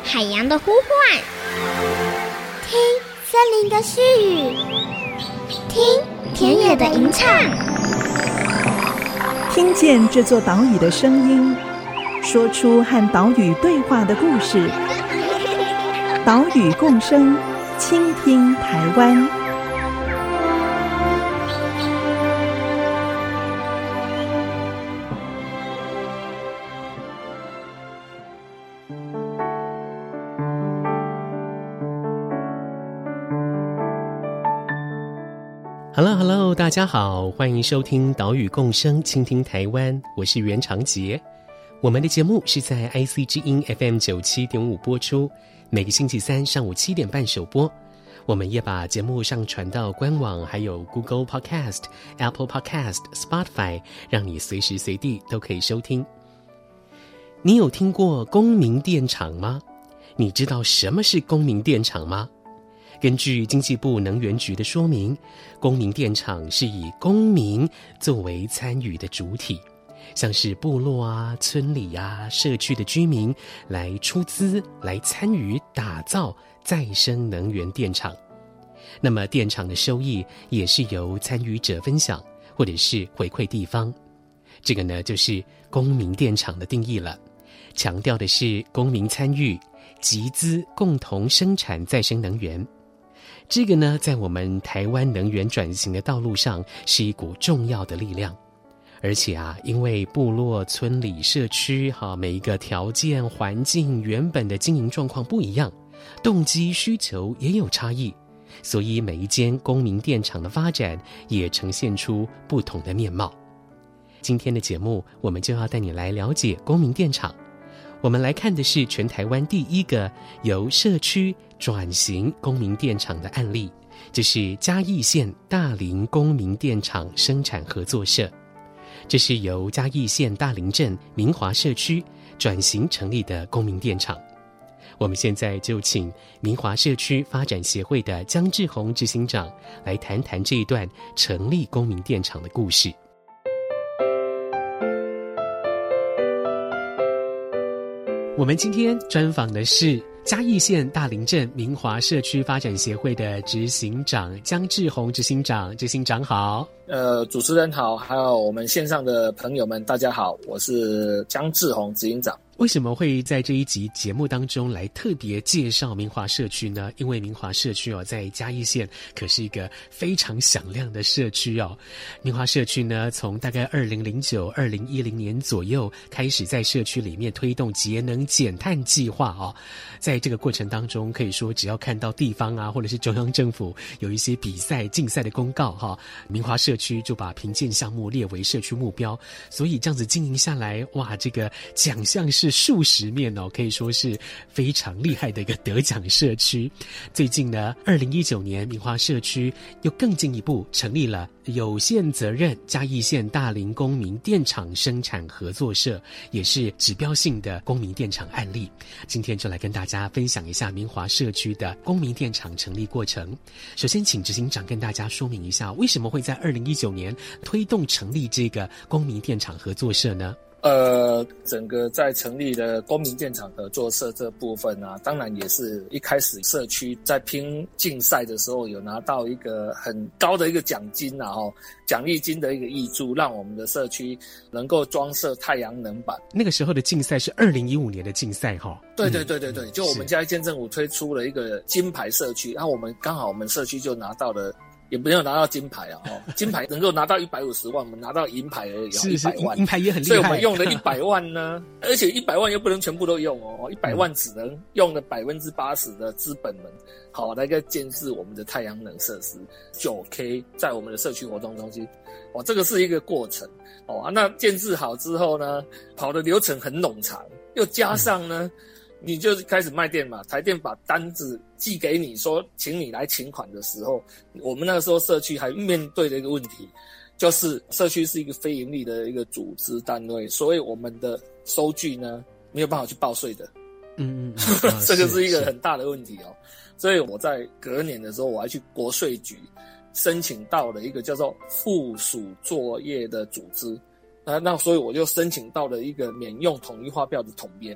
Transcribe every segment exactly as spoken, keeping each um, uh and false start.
海洋的呼唤，听森林的絮语，听田野的吟唱， 听见这座岛屿的声音，说出和岛屿对话的故事。岛屿共生，倾听台湾。 Hello Hello， 大家好，欢迎收听岛屿共生，倾听台湾，我是袁长杰。我们的节目是在 I C 之音 F M 九十七点五 播出，每个星期三上午七点半首播。我们也把节目上传到官网，还有 Google Podcast、Apple Podcast、Spotify， 让你随时随地都可以收听。你有听过公民电厂吗？你知道什么是公民电厂吗？根据经济部能源局的说明，公民电厂是以公民作为参与的主体，像是部落啊、村里啊、社区的居民来出资来参与打造再生能源电厂。那么电厂的收益也是由参与者分享或者是回馈地方，这个呢就是公民电厂的定义了，强调的是公民参与、集资共同生产再生能源。这个呢，在我们台湾能源转型的道路上是一股重要的力量。而且啊，因为部落、村里、社区哈，每一个条件、环境、原本的经营状况不一样，动机需求也有差异，所以每一间公民电厂的发展也呈现出不同的面貌。今天的节目，我们就要带你来了解公民电厂。我们来看的是全台湾第一个由社区转型公民电厂的案例，这是嘉义县大林公民电厂生产合作社。这是由嘉义县大林镇明华社区转型成立的公民电厂。我们现在就请明华社区发展协会的江志宏执行长来谈谈这一段成立公民电厂的故事。我们今天专访的是嘉义县大林镇明华社区发展协会的执行长江志宏执行长。执行长好。 呃，主持人好，还有我们线上的朋友们，大家好，我是江志宏执行长。 为什么会在这一集节目当中来特别介绍明华社区呢？因为明华社区哦，在嘉义县可是一个非常响亮的社区哦。明华社区呢，从大概二零零九、二零一零年左右开始在社区里面推动节能减碳计划哦。在这个过程当中，可以说只要看到地方啊，或者是中央政府有一些比赛、竞赛的公告哈，明华社区就把评鉴项目列为社区目标，所以这样子经营下来，哇，这个奖项是数十面哦，可以说是非常厉害的一个得奖社区。最近呢，二零一九年明华社区又更进一步成立了有限责任嘉义县大林公民电厂生产合作社，也是指标性的公民电厂案例。今天就来跟大家分享一下明华社区的公民电厂成立过程。首先请执行长跟大家说明一下，为什么会在二零一九年推动成立这个公民电厂合作社呢？ 呃，整个在成立的公民电厂合作社这部分啊，当然也是一开始社区在拼竞赛的时候有拿到一个很高的一个奖金啊，齁，奖励金的一个挹注，让我们的社区能够装设太阳能板。 那个时候的竞赛是二零一五年的竞赛齁。 对对对对对，嗯、就我们嘉义县政府推出了一个金牌社区，然后我们刚好我们社区就拿到了。也没有拿到金牌啊，哦，金牌能够拿到一百五十万，我们拿到银牌而已，是一百万， 银牌也很厉害。 所以我们用了一百万呢，而且一百万又不能全部都用哦，一百万只能用了百分之八十的资本们，好来个建置我们的太阳能设施九 K 在我们的社区活动中心，哦，这个是一个过程哦，啊，那建置好之后呢，跑的流程很冗长，又加上呢。嗯你就开始卖电嘛，台电把单子寄给你说请你来请款的时候，我们那个时候社区还面对的一个问题，就是社区是一个非盈利的一个组织单位，所以我们的收据呢没有办法去报税的。 嗯嗯、啊、 这个是一个很大的问题哦。所以我在隔年的时候我还去国税局申请到了一个叫做附属作业的组织，那那所以我就申请到了一个免用统一发票的统编。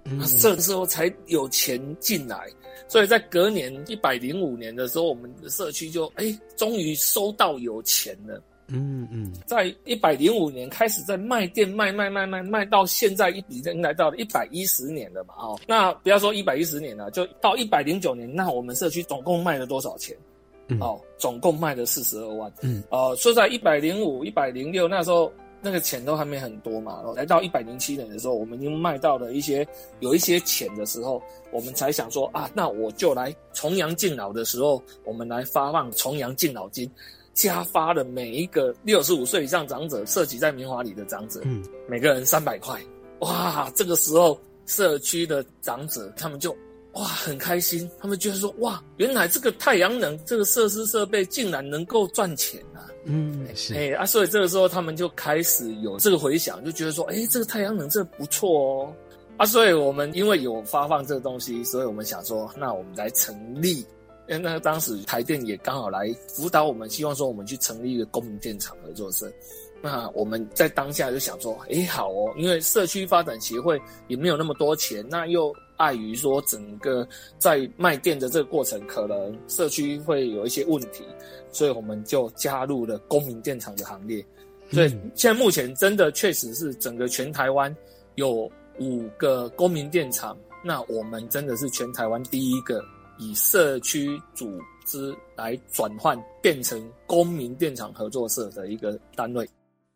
嗯、这个时候才有钱进来。所以在隔年一百零五年的时候，我们的社区就哎，终于收到有钱了。 嗯嗯， 在一百零五年开始在卖店卖卖卖卖卖到现在已经来到了一百一十年了嘛，哦，那不要说一百一十年了，就到一百零九年，那我们社区总共卖了多少钱？嗯、哦，总共卖了四十二万。嗯，呃，说在一百零五、一百零六那时候。那个钱都还没很多嘛，然后来到一百零七年的时候，我们已经卖到了一些有一些钱的时候，我们才想说啊，那我就来重阳敬老的时候，我们来发放重阳敬老金，加发了每一个六十五岁以上长者涉及在民华里的长者，嗯，每个人三百块。哇，这个时候社区的长者他们就哇很开心，他们觉得说哇，原来这个太阳能这个设施设备竟然能够赚钱啊。 嗯，是， 哎、欸、啊，所以这个时候他们就开始有这个回响，就觉得说，哎、欸，这个太阳能这不错哦，啊，所以我们因为有发放这个东西，所以我们想说，那我们来成立，因为那当时台电也刚好来辅导我们，希望说我们去成立一个公民电厂合作社。那我们在当下就想说，哎、欸，好哦，因为社区发展协会也没有那么多钱，那又碍于说整个在卖电的这个过程，可能社区会有一些问题。所以我们就加入了公民电厂的行列，所以现在目前真的确实是整个全台湾有五个公民电厂，那我们真的是全台湾第一个以社区组织来转换变成公民电厂合作社的一个单位。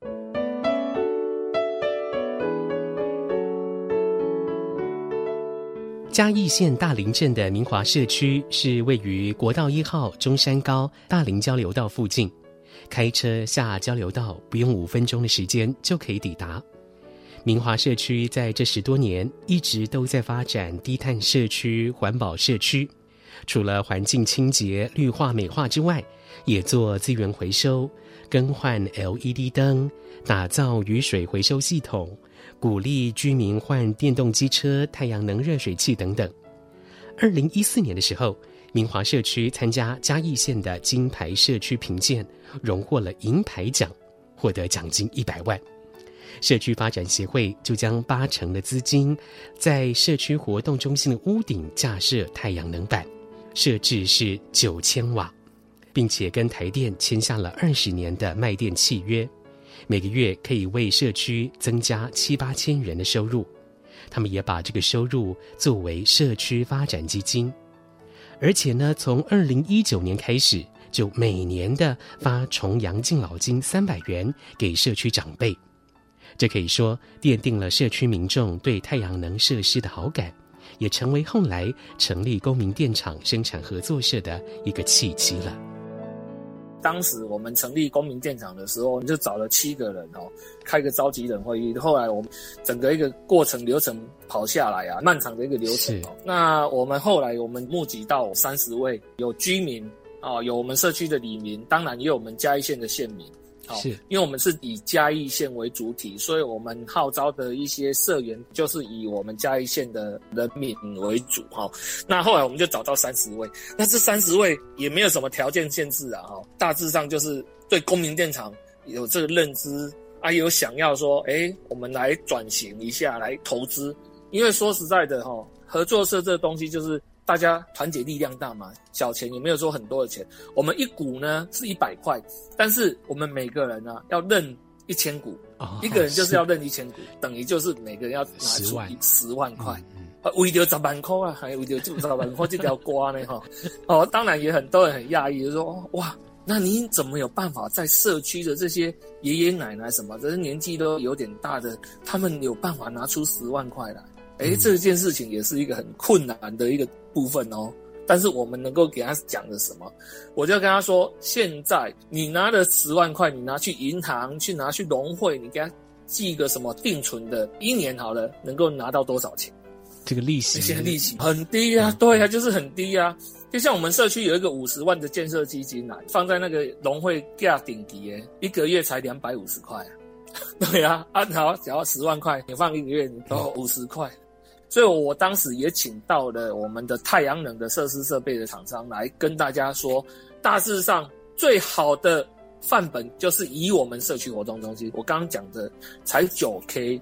嘉义县大林镇的明华社区是位于国道一号中山高大林交流道附近，开车下交流道不用五分钟的时间就可以抵达。明华社区在这十多年一直都在发展低碳社区、环保社区，除了环境清洁、绿化美化之外，也做资源回收、更换 L E D 灯、打造雨水回收系统，鼓励居民换电动机车、太阳能热水器等等。二零一四年的时候，明华社区参加嘉义县的金牌社区评鉴，荣获了银牌奖，获得奖金一百万。社区发展协会就将八成的资金在社区活动中心的屋顶架设太阳能板，设置是九千瓦，并且跟台电签下了二十年的卖电契约，每个月可以为社区增加七八千元的收入。他们也把这个收入作为社区发展基金，而且呢，从二零一九年开始，就每年的发重阳敬老金三百元给社区长辈。这可以说奠定了社区民众对太阳能设施的好感，也成为后来成立公民电厂生产合作社的一个契机了。 当时我们成立公民电厂的时候，就找了七个人哦，开个召集人会议。后来我们整个一个过程流程跑下来啊，漫长的一个流程哦。那我们后来我们募集到三十位，有居民哦，有我们社区的里民，当然也有我们嘉义县的县民。好，是因为我们是以嘉义县为主体，所以我们号召的一些社员就是以我们嘉义县的人民为主哈。那后来我们就找到三十位，那这三十位也没有什么条件限制啊哈，大致上就是对公民电厂有这个认知啊，有想要说，哎，我们来转型一下，来投资。因为说实在的哈，合作社这个东西就是大家团结力量大嘛，小钱也没有说很多的钱。我们一股呢是一百块，但是我们每个人呢、啊、要认一千股、哦，一个人就是要认一千股，等于就是每个人要拿出十万块。啊，为了十万块啊，还为了就十万块这条瓜呢哈。哦，当然也很多人很讶异，就说哇，那你怎么有办法在社区的这些爷爷奶奶什么，这些年纪都有点大的，他们有办法拿出十万块来？诶，这件事情也是一个很困难的一个部分哦。但是我们能够给他讲的什么？我就跟他说，现在你拿了十万块，你拿去银行，去拿去农会，你给他寄一个什么定存的，一年好了，能够拿到多少钱？ 这个利息， 这些利息很低啊，对啊，就是很低啊。就像我们社区有一个五十万的建设基金啊，放在那个农会价顶级诶，一个月才两百五十块啊。对啊，啊好，只要十万块，你放一个月，你都五十块。所以我当时也请到了我们的太阳能的设施设备的厂商来跟大家说，大致上最好的范本就是以我们社区活动中心，我刚刚讲的才 九 K，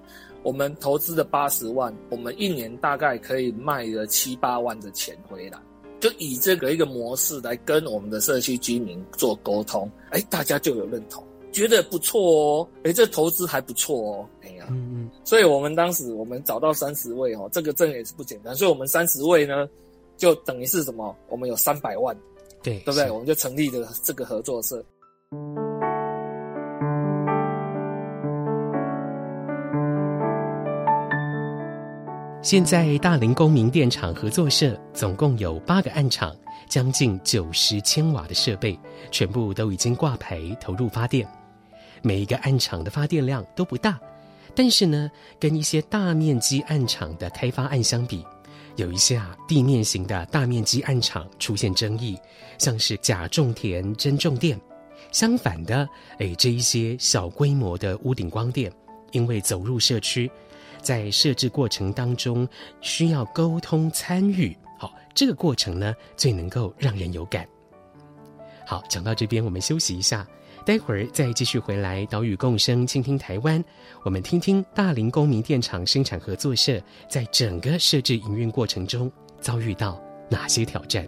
我们投资的八十万，我们一年大概可以卖了七八万的钱回来。就以这个一个模式来跟我们的社区居民做沟通，哎，大家就有认同，觉得不错哦，哎，这投资还不错哦，哎呀，嗯嗯，所以我们当时我们找到三十位哦，这个真的也是不简单，所以我们三十位呢，就等于是什么？我们有三百万， 对， 对不对？我们就成立了这个合作社。 现在大林公民电厂合作社总共有八个案场，将近九十千瓦的设备，全部都已经挂牌投入发电。每一个案场的发电量都不大，但是呢，跟一些大面积案场的开发案相比，有一些啊地面型的大面积案场出现争议，像是假种田真种电。相反的，哎，这一些小规模的屋顶光电，因为走入社区，在设置过程当中需要沟通参与，好，这个过程呢最能够让人有感。好，讲到这边我们休息一下，待会儿再继续回来岛屿共生倾听台湾，我们听听大林公民电厂生产合作社在整个设置营运过程中遭遇到哪些挑战。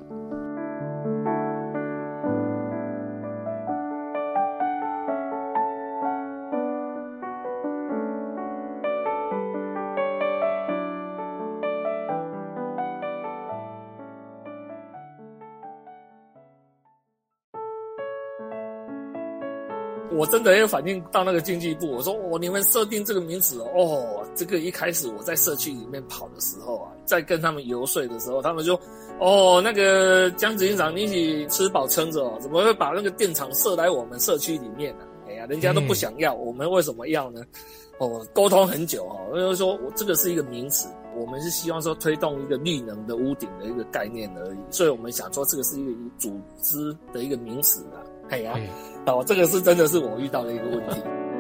我真的要反映到那个经济部，我说哦，你们设定这个名词哦，这个一开始我在社区里面跑的时候啊，在跟他们游说的时候，他们就哦，那个江执行长，你一起吃饱撑着哦，怎么会把那个电厂设来我们社区里面呢、啊？哎呀，人家都不想要，我们为什么要呢？哦，沟通很久哦，就是说我这个是一个名词，我们是希望说推动一个绿能的屋顶的一个概念而已，所以我们想说这个是一个组织的一个名词啊。哎呀，哦，这个是真的是我遇到的一个问题。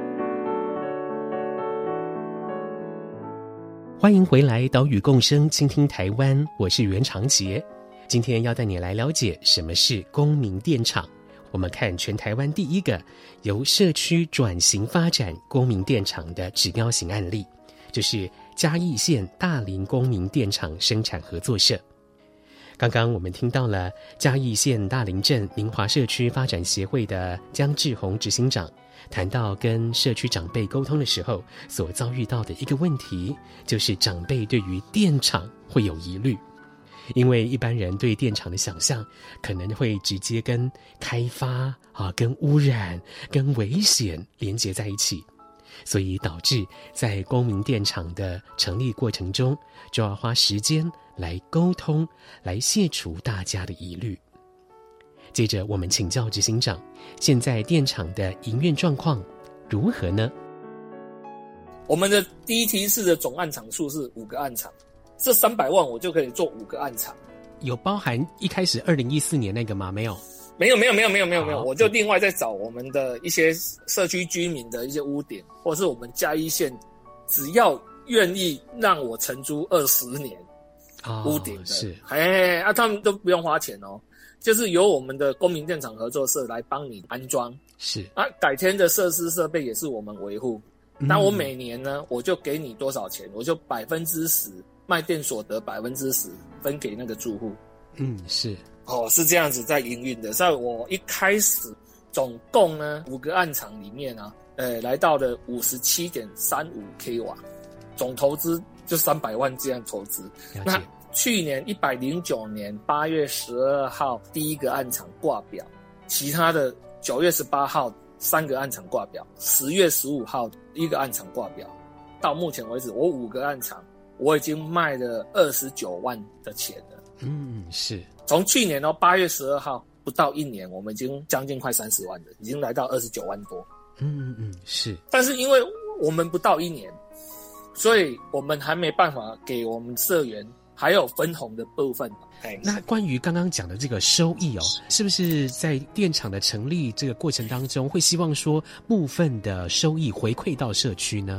欢迎回来岛屿共生倾听台湾，我是袁长杰。今天要带你来了解什么是公民电厂。我们看全台湾第一个由社区转型发展公民电厂的指标型案例，就是嘉义县大林公民电厂生产合作社。刚刚我们听到了嘉义县大林镇明华社区发展协会的江志宏执行长谈到跟社区长辈沟通的时候所遭遇到的一个问题，就是长辈对于电厂会有疑虑。因为一般人对电厂的想象可能会直接跟开发啊、跟污染、跟危险连结在一起，所以导致在公民电厂的成立过程中就要花时间来沟通，来卸除大家的疑虑。接着我们请教执行长，现在电厂的营运状况如何呢？ 我们的第一梯次的总案场数是五个案场，这三百万我就可以做五个案场。 有包含一开始二零一四年那个吗？没有， 没有，没有，没有，没有，没有，没有，我就另外再找我们的一些社区居民的一些屋顶，或是我们嘉义县只要愿意让我承租二十年屋顶的，哦、是，哎，啊，他们都不用花钱哦，就是由我们的公民电厂合作社来帮你安装， 是啊，改天的设施设备也是我们维护。那我每年呢，我就给你多少钱，我就百分之十卖电所得百分之十分给那个住户。 嗯，是哦，是这样子在营运的。所以我一开始总共呢五个案场里面啊，呃，来到了五十七点三五 k 瓦，总投资就三百万这样投资。那去年一百零九年八月十二号第一个案场挂表，其他的九月十八号三个案场挂表，十月十五号一个案场挂表。到目前为止，我五个案场我已经卖了二十九万的钱了。 嗯，是。 从去年哦八月十二号不到一年，我们已经将近快三十万了，已经来到二十九万多。 嗯嗯嗯，是。 但是因为我们不到一年，所以我们还没办法给我们社员还有分红的部分。 那关于刚刚讲的这个收益哦，是不是在电厂的成立这个过程当中，会希望说部分的收益回馈到社区呢？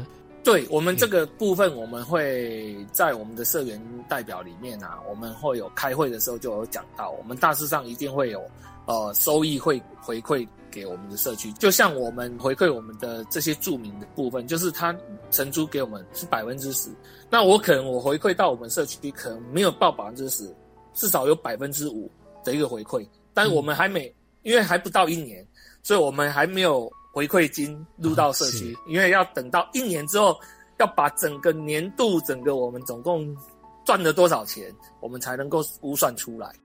对，我们这个部分，我们会在我们的社员代表里面啊，我们会有开会的时候就有讲到，我们大致上一定会有呃收益会回馈给我们的社区，就像我们回馈我们的这些住民的部分，就是他承租给我们是百分之十，那我可能我回馈到我们社区可能没有到百分之十，至少有百分之五的一个回馈，但我们还没，因为还不到一年，所以我们还没有回馈金入到社区，哦，因为要等到一年之后，要把整个年度整个我们总共赚了多少钱，我们才能够估算出来。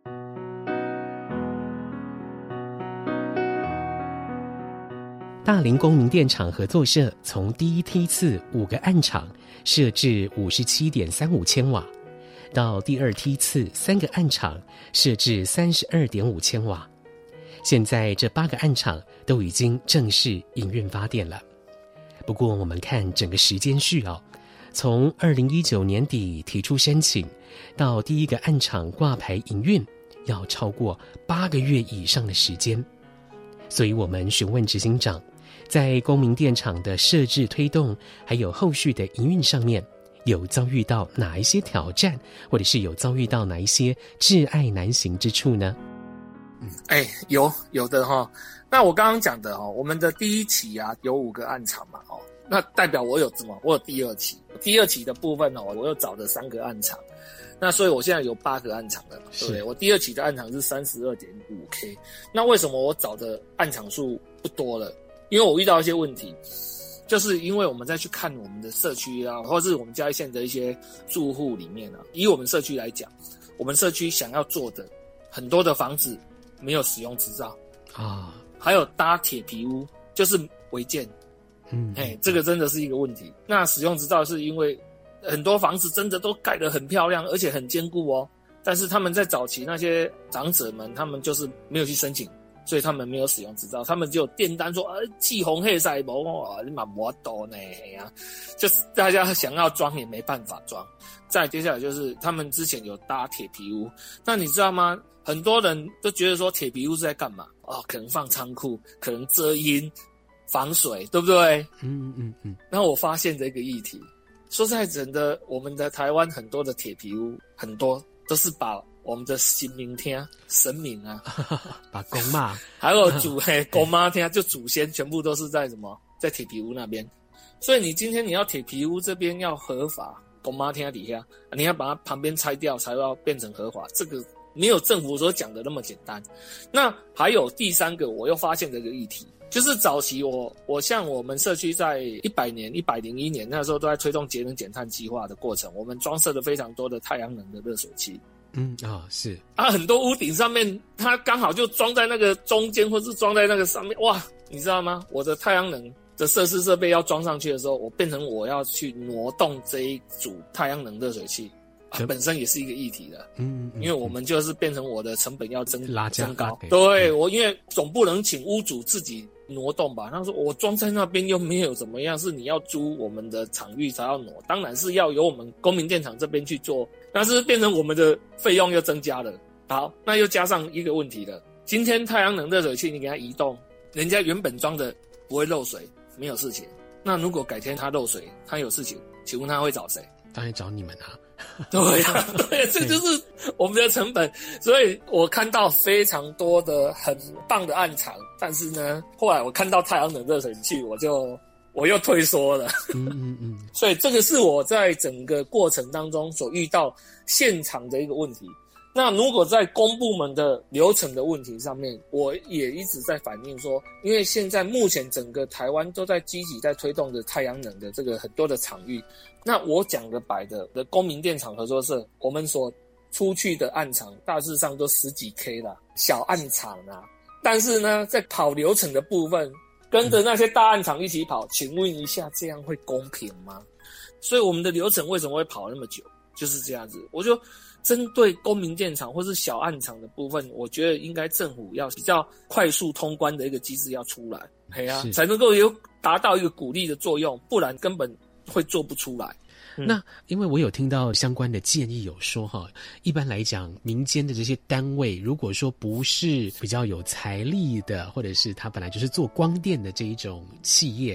大林公民电厂合作社从第一梯次五个案场设置 五十七点三五千瓦，到第二梯次三个案场设置 三十二点五千瓦。现在这八个案场都已经正式营运发电了。不过我们看整个时间序哦，从二零一九年底提出申请，到第一个案场挂牌营运，要超过八个月以上的时间。所以我们询问执行长，在公民电厂的设置推动，还有后续的营运上面，有遭遇到哪一些挑战，或者是有遭遇到哪一些窒碍难行之处呢？ 哎、欸，有有的哈。那我刚刚讲的哦，我们的第一期啊有五个案场嘛，哦，那代表我有什么？我有第二期，第二期的部分哦，我又找了三个案场，那所以我现在有八个案场了，对不对？我第二期的案场是 三十二点五 K， 那为什么我找的案场数不多了？因为我遇到一些问题，就是因为我们再去看我们的社区啊，或是我们嘉义县的一些住户里面啊，以我们社区来讲，我们社区想要做的很多的房子没有使用执照啊，还有搭铁皮屋就是违建，嗯，哎，这个真的是一个问题。那使用执照是因为很多房子真的都盖得很漂亮，而且很坚固哦，但是他们在早期那些长者们，他们就是没有去申请，所以他们没有使用执照，他们只有电单说啊，气红黑晒毛啊，你蛮摩多呢呀，就是大家想要装也没办法装。再接下来就是他们之前有搭铁皮屋，那你知道吗？很多人都觉得说铁皮屋是在干嘛？哦，可能放仓库，可能遮阴、防水，对不对？嗯嗯嗯。然后我发现这个议题，说在整的我们的台湾很多的铁皮屋，很多都是把我们的神明厅、神明啊， 把公妈还有祖嘿公妈厅，就祖先全部都是在什么？在铁皮屋那边。所以你今天你要铁皮屋这边要合法，公妈厅底下你要把它旁边拆掉，才要变成合法，这个没有政府所讲的那么简单。那还有第三个，我又发现这个议题，就是早期我我像我们社区在一百年、一百零一年那时候都在推动节能减碳计划的过程，我们装设了非常多的太阳能的热水器。 嗯啊、哦、是啊，很多屋顶上面它刚好就装在那个中间，或是装在那个上面，哇，你知道吗？我的太阳能的设施设备要装上去的时候，我变成我要去挪动这一组太阳能热水器。啊、本身也是一个议题的，嗯，因为我们就是变成我的成本要增拉增高，对、嗯、我因为总不能请屋主自己挪动吧？他说我装在那边又没有怎么样，是你要租我们的场域才要挪，当然是要由我们公民电厂这边去做，但是变成我们的费用又增加了。好，那又加上一个问题了，今天太阳能热水器你给它移动，人家原本装的不会漏水，没有事情。那如果改天它漏水，它有事情，请问他会找谁？ 当然找你们啊。 对啊，对，这就是我们的成本。所以我看到非常多的很棒的案场，但是呢，后来我看到太阳能热水器，我就我又退缩了。嗯嗯嗯。所以这个是我在整个过程当中所遇到现场的一个问题。那如果在公部门的流程的问题上面，我也一直在反映说，因为现在目前整个台湾都在积极在推动的太阳能的这个很多的场域，那我讲的白的的公民电厂合作社，我们所出去的案场大致上都十几 K 啦，小案场啊，但是呢，在跑流程的部分，跟着那些大案场一起跑，请问一下，这样会公平吗？所以我们的流程为什么会跑那么久？就是这样子，我就针对公民电厂或是小案场的部分，我觉得应该政府要比较快速通关的一个机制要出来，嘿啊，才能够有达到一个鼓励的作用，不然根本会做不出来。 嗯、那因为我有听到相关的建议有说哈，一般来讲民间的这些单位，如果说不是比较有财力的，或者是他本来就是做光电的这一种企业，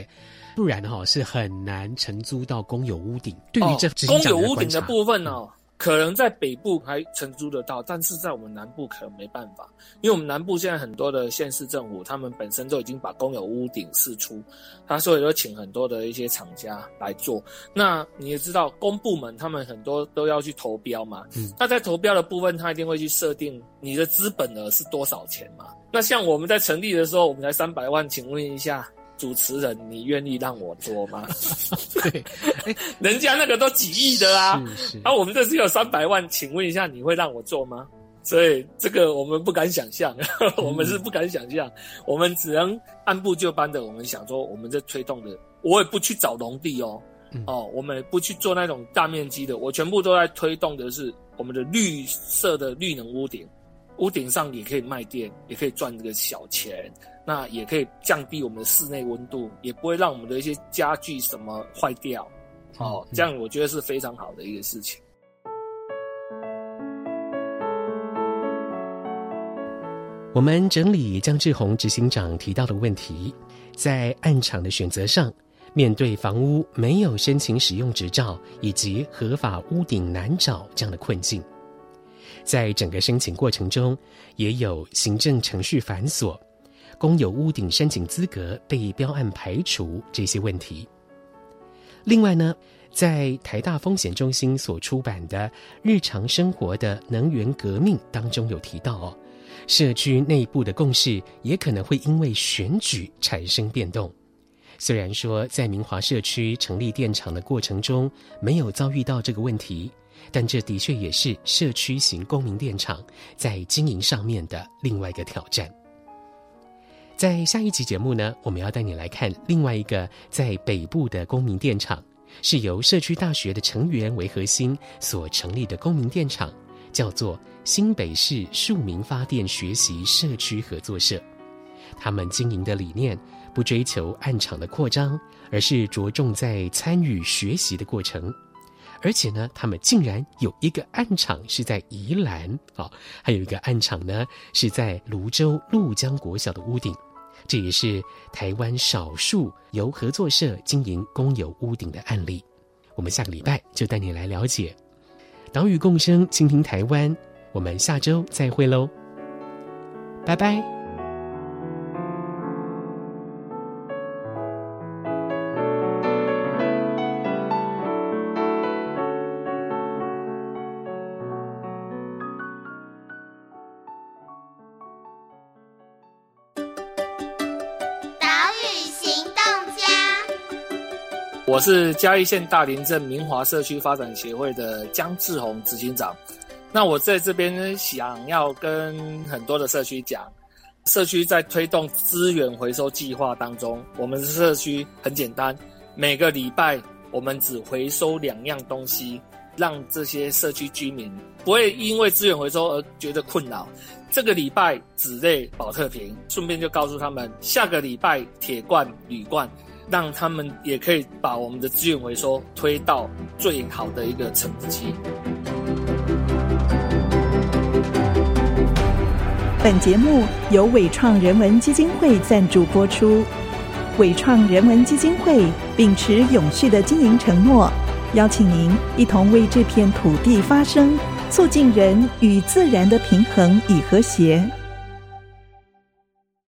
不然哈、哦、是很难承租到公有屋顶。对于这执行公长的观察有屋顶的部分哦。嗯可能在北部还承租得到，但是在我们南部可能没办法，因为我们南部现在很多的县市政府，他们本身都已经把公有屋顶释出，他所以就请很多的一些厂家来做。那你也知道，公部门他们很多都要去投标嘛，嗯，那在投标的部分，他一定会去设定你的资本额是多少钱嘛。那像我们在成立的时候，我们才三百万，请问一下。主持人，你愿意让我做吗？ 对， 人家那个都几亿的啊， 是是。 啊，我们这只有三百万，请问一下，你会让我做吗？所以这个我们不敢想象，我们是不敢想象，我们只能按部就班的。我们想说，我们这推动的，我也不去找农地哦，嗯、哦，我们也不去做那种大面积的，我全部都在推动的是我们的绿色的绿能屋顶，屋顶上也可以卖电，也可以赚这个小钱。那也可以降低我们的室内温度，也不会让我们的一些家具什么坏掉，哦，这样我觉得是非常好的一个事情。 我们整理江志宏执行长提到的问题，在案场的选择上，面对房屋没有申请使用执照以及合法屋顶难找这样的困境，在整个申请过程中也有行政程序繁琐，公有屋顶申请资格被标案排除这些问题。另外呢，在台大风险中心所出版的《日常生活的能源革命》当中有提到哦，社区内部的共识也可能会因为选举产生变动。虽然说在明华社区成立电厂的过程中没有遭遇到这个问题，但这的确也是社区型公民电厂在经营上面的另外一个挑战。在下一集节目呢，我们要带你来看另外一个在北部的公民电厂，是由社区大学的成员为核心所成立的公民电厂，叫做新北市庶民发电学习社区合作社。他们经营的理念不追求案场的扩张，而是着重在参与学习的过程。而且呢，他们竟然有一个案场是在宜兰、哦、还有一个案场呢是在泸州鹭江国小的屋顶。这也是台湾少数由合作社经营公有屋顶的案例。我们下个礼拜就带你来了解。岛屿共生，倾听台湾，我们下周再会喽，拜拜。 我是嘉义县大林镇明华社区发展协会的江志宏执行长。那我在这边呢，想要跟很多的社区讲，社区在推动资源回收计划当中，我们的社区很简单，每个礼拜我们只回收两样东西，让这些社区居民不会因为资源回收而觉得困扰。这个礼拜纸类保特瓶，顺便就告诉他们，下个礼拜铁罐、铝罐，让他们也可以把我们的资源回收推到最好的一个层级。 本节目由伟创人文基金会赞助播出。伟创人文基金会秉持永续的经营承诺，邀请您一同为这片土地发声，促进人与自然的平衡与和谐。